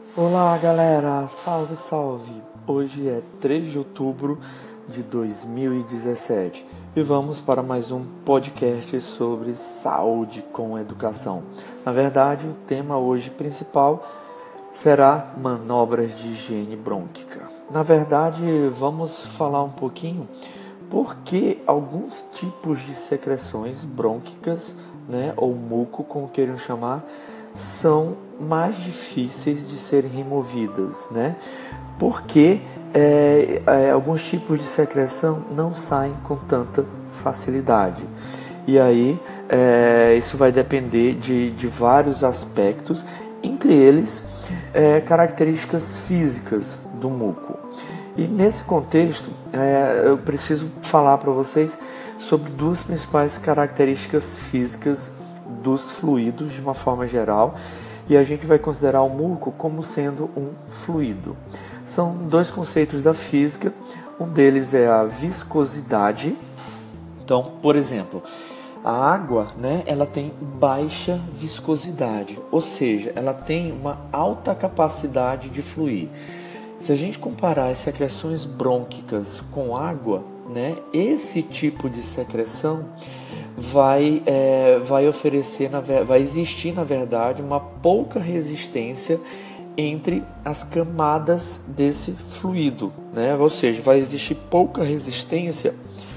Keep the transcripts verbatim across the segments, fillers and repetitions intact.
Olá galera, salve salve! Hoje é três de outubro de dois mil e dezessete e vamos para mais um podcast sobre saúde com educação. Na verdade, o tema hoje principal será manobras de higiene brônquica. Na verdade, vamos falar um pouquinho porque alguns tipos de secreções brônquicas, né, ou muco, como queiram chamar, são mais difíceis de serem removidas, né? Porque é, é, alguns tipos de secreção não saem com tanta facilidade. E aí é, isso vai depender de, de vários aspectos, entre eles é, características físicas do muco. E nesse contexto, é, eu preciso falar para vocês sobre duas principais características físicas dos fluidos de uma forma geral, e a gente vai considerar o muco como sendo um fluido. São dois conceitos da física, um deles é a viscosidade. Então, por exemplo, a água, né, ela tem baixa viscosidade, ou seja, ela tem uma alta capacidade de fluir. Se a gente comparar as secreções brônquicas com água, né, esse tipo de secreção vai, é, vai oferecer, vai existir na verdade uma pouca resistência entre as camadas desse fluido, né? Ou seja, vai existir pouca resistência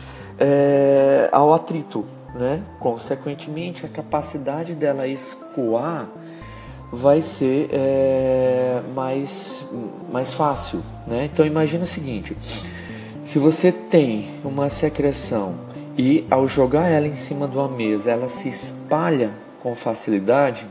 é, ao atrito, né? Consequentemente, a capacidade dela escoar vai ser é, mais, mais fácil, né? Então imagina o seguinte: se você tem uma secreção e ao jogar ela em cima de uma mesa ela se espalha com facilidade,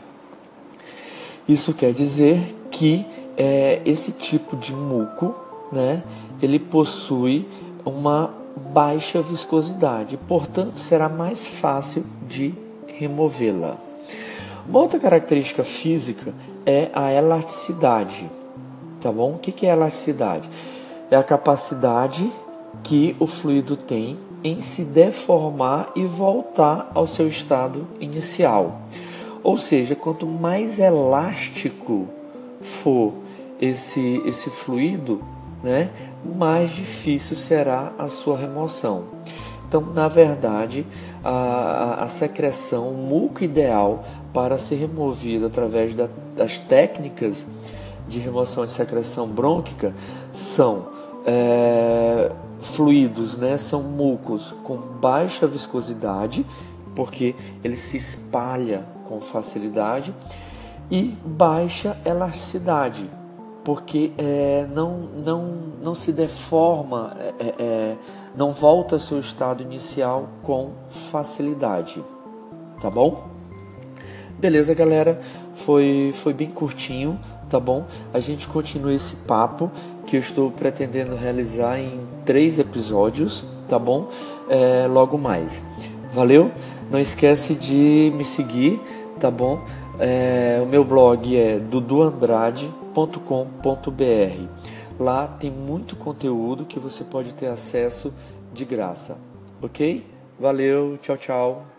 isso quer dizer que é, esse tipo de muco, né, ele possui uma baixa viscosidade, portanto será mais fácil de removê-la. Uma outra característica física é a elasticidade, tá bom? O que é elasticidade? É a capacidade que o fluido tem em se deformar e voltar ao seu estado inicial. Ou seja, quanto mais elástico for esse, esse fluido, né, mais difícil será a sua remoção. Então, na verdade, a, a secreção, o muco ideal para ser removido através da, das técnicas de remoção de secreção brônquica são é, fluidos, né, são mucos com baixa viscosidade, porque ele se espalha com facilidade, e baixa elasticidade, porque é, não, não, não se deforma, é, é, não volta ao seu estado inicial com facilidade, tá bom? Beleza, galera, foi, foi bem curtinho, tá bom? A gente continua esse papo que eu estou pretendendo realizar em três episódios, tá bom? É, logo mais. Valeu? Não esquece de me seguir, tá bom? É, o meu blog é dudu andrade ponto com ponto br. Lá tem muito conteúdo que você pode ter acesso de graça, ok? Valeu, tchau, tchau.